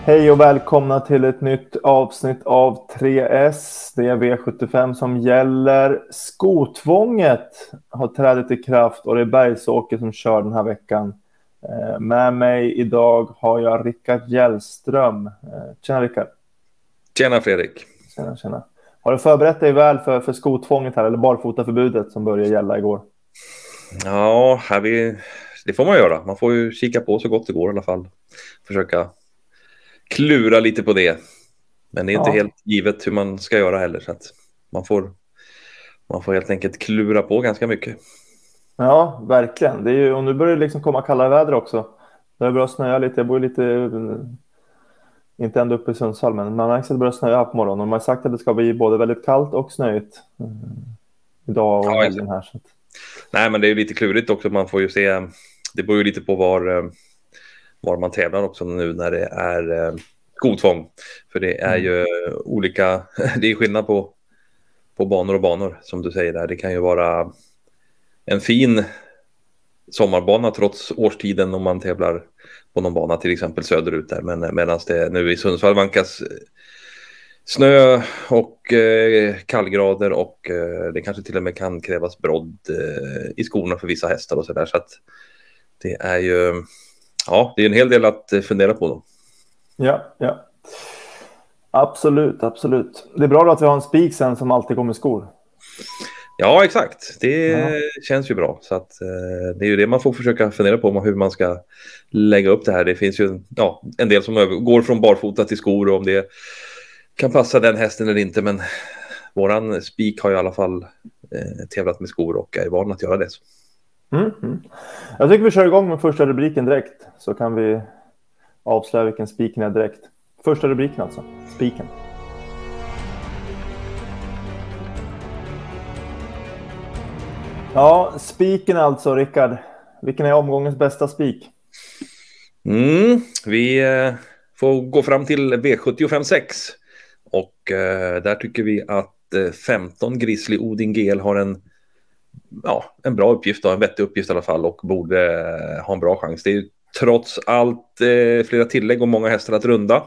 Hej och välkomna till ett nytt avsnitt av 3S. Det är V75 som gäller. Skotvånget har trädit i kraft och det är Bergsåker som kör den här veckan. Med mig idag har jag Rickard Hjellström. Tjena Rickard. Tjena Fredrik. Tjena. Har du förberett dig väl för skotvånget här eller barfotaförbudet som började gälla igår? Ja, det får man göra. Man får ju kika på så gott det går i alla fall. Försöka klura lite på det. Men det är inte helt givet hur man ska göra heller. Så att man får helt enkelt klura på ganska mycket. Ja, verkligen. Det är ju, och nu börjar det liksom komma kallare väder också. Det har börjat snöa lite. Jag bor lite, inte ända uppe i Sundsvall, men man har börjat snöa på morgonen. Och man har sagt att det ska bli både väldigt kallt och snöigt idag och helgen här. Så. Nej, men det är ju lite klurigt också. Man får ju se, det beror ju lite på var man tävlar också nu när det är skotvång. För det är ju olika, det är skillnad på banor och banor som du säger där. Det kan ju vara en fin sommarbana trots årstiden om man tävlar på någon bana till exempel söderut där. Men medan det nu i Sundsvall vankas snö och kallgrader och det kanske till och med kan krävas brodd i skorna för vissa hästar och sådär. Så att det är ju det är en hel del att fundera på då. Ja. Absolut. Det är bra då att vi har en spik sen som alltid kommer skor. Ja, exakt. Det känns ju bra. Så att det är ju det man får försöka fundera på hur man ska lägga upp det här. Det finns ju en del som går från barfota till skor och om det kan passa den hästen eller inte. Men våran spik har i alla fall tävlat med skor och är van att göra det. Jag tycker vi kör igång med första rubriken direkt. Så kan vi avslöja vilken spiken är direkt. Första rubriken alltså. Spiken. Ja, spiken alltså, Rickard. Vilken är omgångens bästa spik? Vi får gå fram till V75-6. Och där tycker vi att 15 Grizzly Odin GL har en bra uppgift, en vettig uppgift i alla fall och borde ha en bra chans. Det är ju trots allt flera tillägg och många hästar att runda.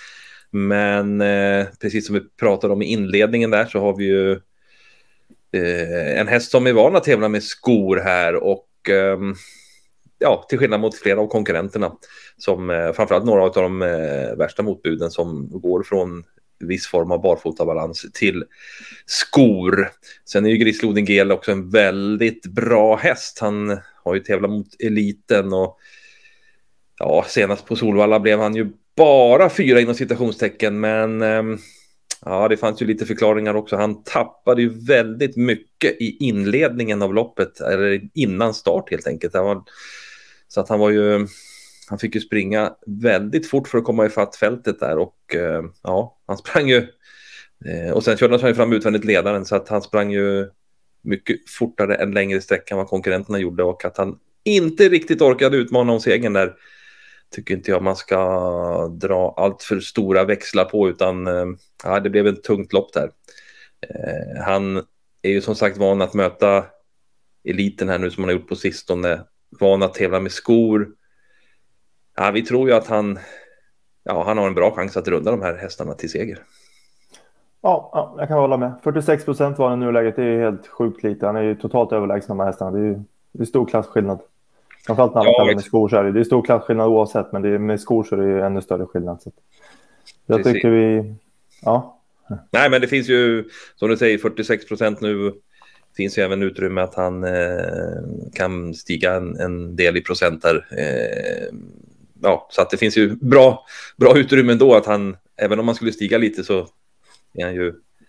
Men precis som vi pratade om i inledningen där så har vi ju en häst som är van att tävla med skor här och till skillnad mot flera av konkurrenterna som framförallt några av de värsta motbuden som går från viss form av barfotabalans till skor. Sen är ju Grizzly Odin GL också en väldigt bra häst. Han har ju tävlat mot eliten och senast på Solvalla blev han ju bara 4 inom citationstecken, men det fanns ju lite förklaringar också. Han tappade ju väldigt mycket i inledningen av loppet, eller innan start helt enkelt. Så att han fick ju springa väldigt fort för att komma ifatt fältet där och han sprang ju och sen körde han fram utvändigt ledaren så att han sprang ju mycket fortare än längre sträckan vad konkurrenterna gjorde och att han inte riktigt orkade utmana om segern där tycker inte jag man ska dra allt för stora växlar på utan det blev ett tungt lopp där. Han är ju som sagt van att möta eliten här nu som han har gjort på sistone, van att tävla med skor. Vi tror ju att han har en bra chans att runda de här hästarna till seger. Ja, jag kan hålla med. 46% var det nu läget, det är helt sjukt lite. Han är ju totalt överlägsen de här hästarna. Det är stor klassskillnad. Framförallt när man tävlar med skor så är det är stor klassskillnad oavsett, men det är, med skor så är det ännu större skillnad. Så jag tycker vi... Ja. Nej, men det finns ju, som du säger, 46% nu. Finns ju även utrymme att han kan stiga en del i procent där. Så att det finns ju bra utrymme ändå att han, även om man skulle stiga lite så är han ju,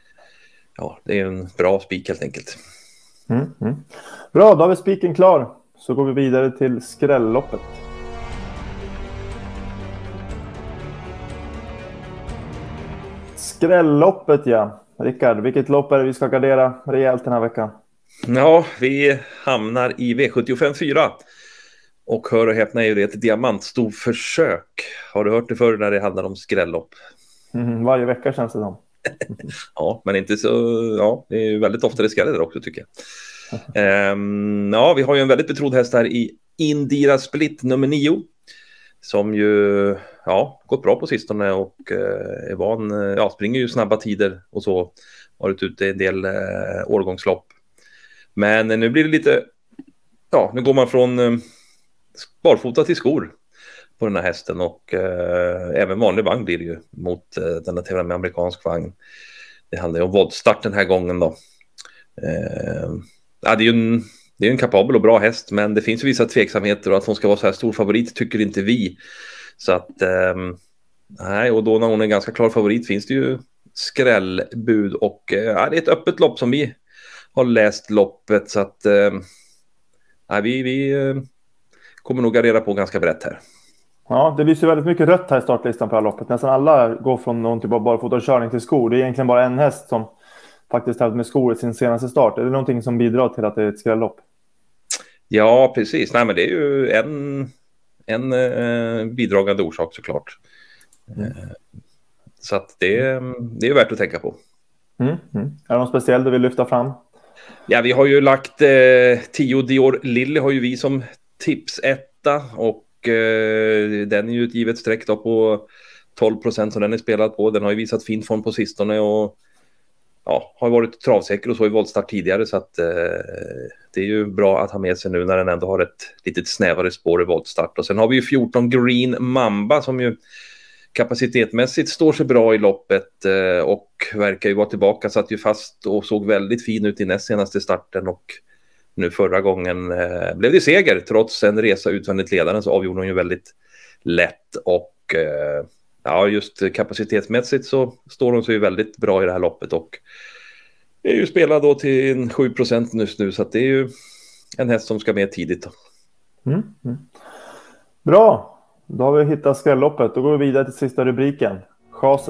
det är en bra spik helt enkelt. Bra, då har vi spiken klar. Så går vi vidare till skrälloppet. Skrälloppet, ja. Rickard, vilket lopp är det vi ska gardera rejält den här veckan? Ja, vi hamnar i V75-4. Och hör och häpna är ju det ett diamantstorförsök. Har du hört det förr när det handlar om skrällopp? Varje vecka känns det som. Ja, men inte så... Ja, det är ju väldigt ofta det skräller också tycker jag. Vi har ju en väldigt betrodd häst här i Indira Split nummer 9. som ju gått bra på sistone och är van, springer ju snabba tider och så, varit ute i en del årgångslopp. Men nu blir det lite, nu går man från barfota till skor på den här hästen och även vanlig vagn blir det ju mot denna tävlan med amerikansk vagn. Det handlar ju om voltstart den här gången då. Det är ju en kapabel och bra häst, men det finns ju vissa tveksamheter och att hon ska vara så här stor favorit tycker inte vi. Så att nej, och då när hon är en ganska klar favorit finns det ju skrällbud och det är ett öppet lopp som vi har läst loppet, så att vi kommer nog gardera på ganska brett här. Ja, det lyser väldigt mycket rött här i startlistan på det här loppet. Nästan alla går från någon typ av barfotakörning till skor. Det är egentligen bara en häst som faktiskt haft med skor i sin senaste start. Är det någonting som bidrar till att det är ett skrällopp? Ja, precis. Nej, men det är ju en bidragande orsak såklart. Så att det är värt att tänka på. Är det något speciellt du vill lyfta fram? Ja, vi har ju lagt 10 Dior Lilly har ju vi som tipsetta och den är ju ett givet streck då på 12% som den är spelad på. Den har ju visat fin form på sistone och har varit travsäker och så i voltstart tidigare, så att det är ju bra att ha med sig nu när den ändå har ett litet snävare spår i voltstart. Och sen har vi ju 14 Green Mamba som ju kapacitetmässigt står sig bra i loppet och verkar ju vara tillbaka, satt ju fast och såg väldigt fin ut i näst senaste starten, och nu förra gången blev det seger trots en resa utvändigt ledaren, så avgjorde hon ju väldigt lätt och just kapacitetsmässigt så står hon sig ju väldigt bra i det här loppet och är ju spelad då till 7% just nu, så att det är ju en häst som ska med tidigt. Bra, då har vi hittat skrälloppet. Då går vi vidare till sista rubriken, chaset.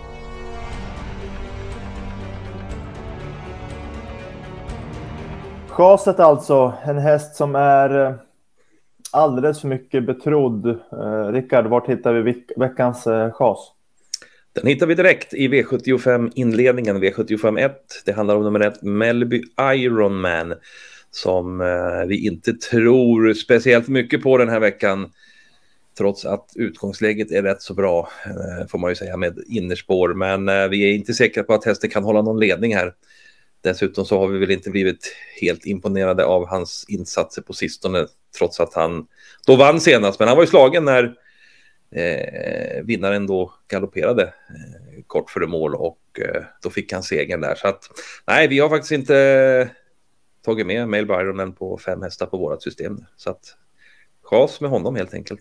Chaset alltså, en häst som är alldeles för mycket betrodd. Rickard, vart hittar vi veckans chas? Den hittar vi direkt i V75-inledningen, V75-1. Det handlar om nummer 1, Melby Ironman, som vi inte tror speciellt mycket på den här veckan. Trots att utgångsläget är rätt så bra, får man ju säga, med innerspår. Men vi är inte säkra på att hästen kan hålla någon ledning här. Dessutom så har vi väl inte blivit helt imponerade av hans insatser på sistone, trots att han då vann senast. Men han var ju slagen när vinnaren då galopperade kort före mål och då fick han segern där. Så att nej, vi har faktiskt inte tagit med Melby Ironman på 5 hästar på vårat system. Så att chas med honom helt enkelt.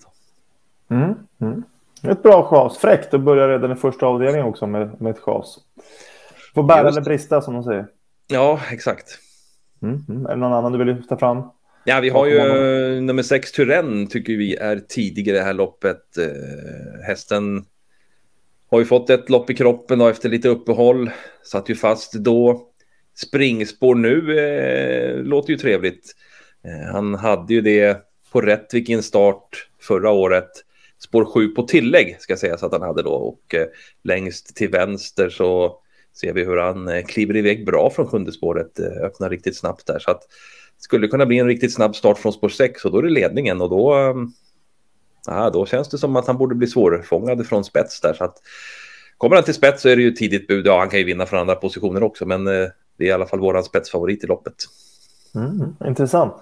Ett bra chas. Fräckt att börja redan i första avdelningen också med ett chas. Får bära eller brista, som de säger. Ja, exakt. Är det någon annan du vill lyfta fram? Ja, vi har ju nummer 6 Turenne tycker vi är tidigare i det här loppet. Hästen har ju fått ett lopp i kroppen och efter lite uppehåll satt ju fast då. Springspår nu låter ju trevligt. Han hade ju det på Rättvik i en start förra året. Spår 7 på tillägg ska sägas att han hade då, och längst till vänster så ser vi hur han kliver iväg bra från 7:e spåret, öppnar riktigt snabbt där, så att det skulle kunna bli en riktigt snabb start från spår 6 och då är det ledningen, och då känns det som att han borde bli svårfångad från spets där, så att kommer han till spets så är det ju tidigt bud. Han kan ju vinna från andra positioner också, men det är i alla fall våran spetsfavorit i loppet. Intressant.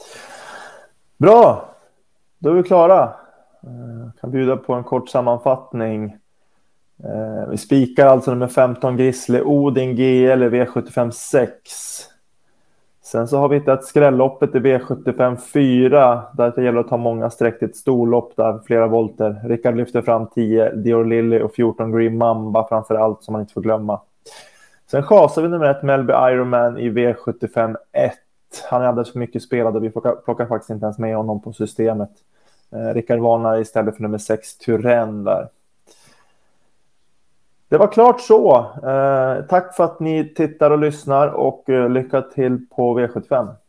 Bra, då är vi klara. Kan bjuda på en kort sammanfattning. Vi spikar alltså nummer 15 Grizzly Odin GL i V75 6. Sen så har vi hittat skrälloppet i V75 4, där det gäller att ta många streck till ett storlopp där flera volter. Rickard lyfter fram 10 Dior Lilly och 14 Green Mamba framför allt, som man inte får glömma. Sen chasar vi nummer 1 Melby Ironman i V75 1. Han är alldeles för mycket spelad och vi plockar faktiskt inte ens med honom på systemet. Rickard varnar istället för nummer 6 Turenne där. Det var klart så. Tack för att ni tittar och lyssnar och lycka till på V75.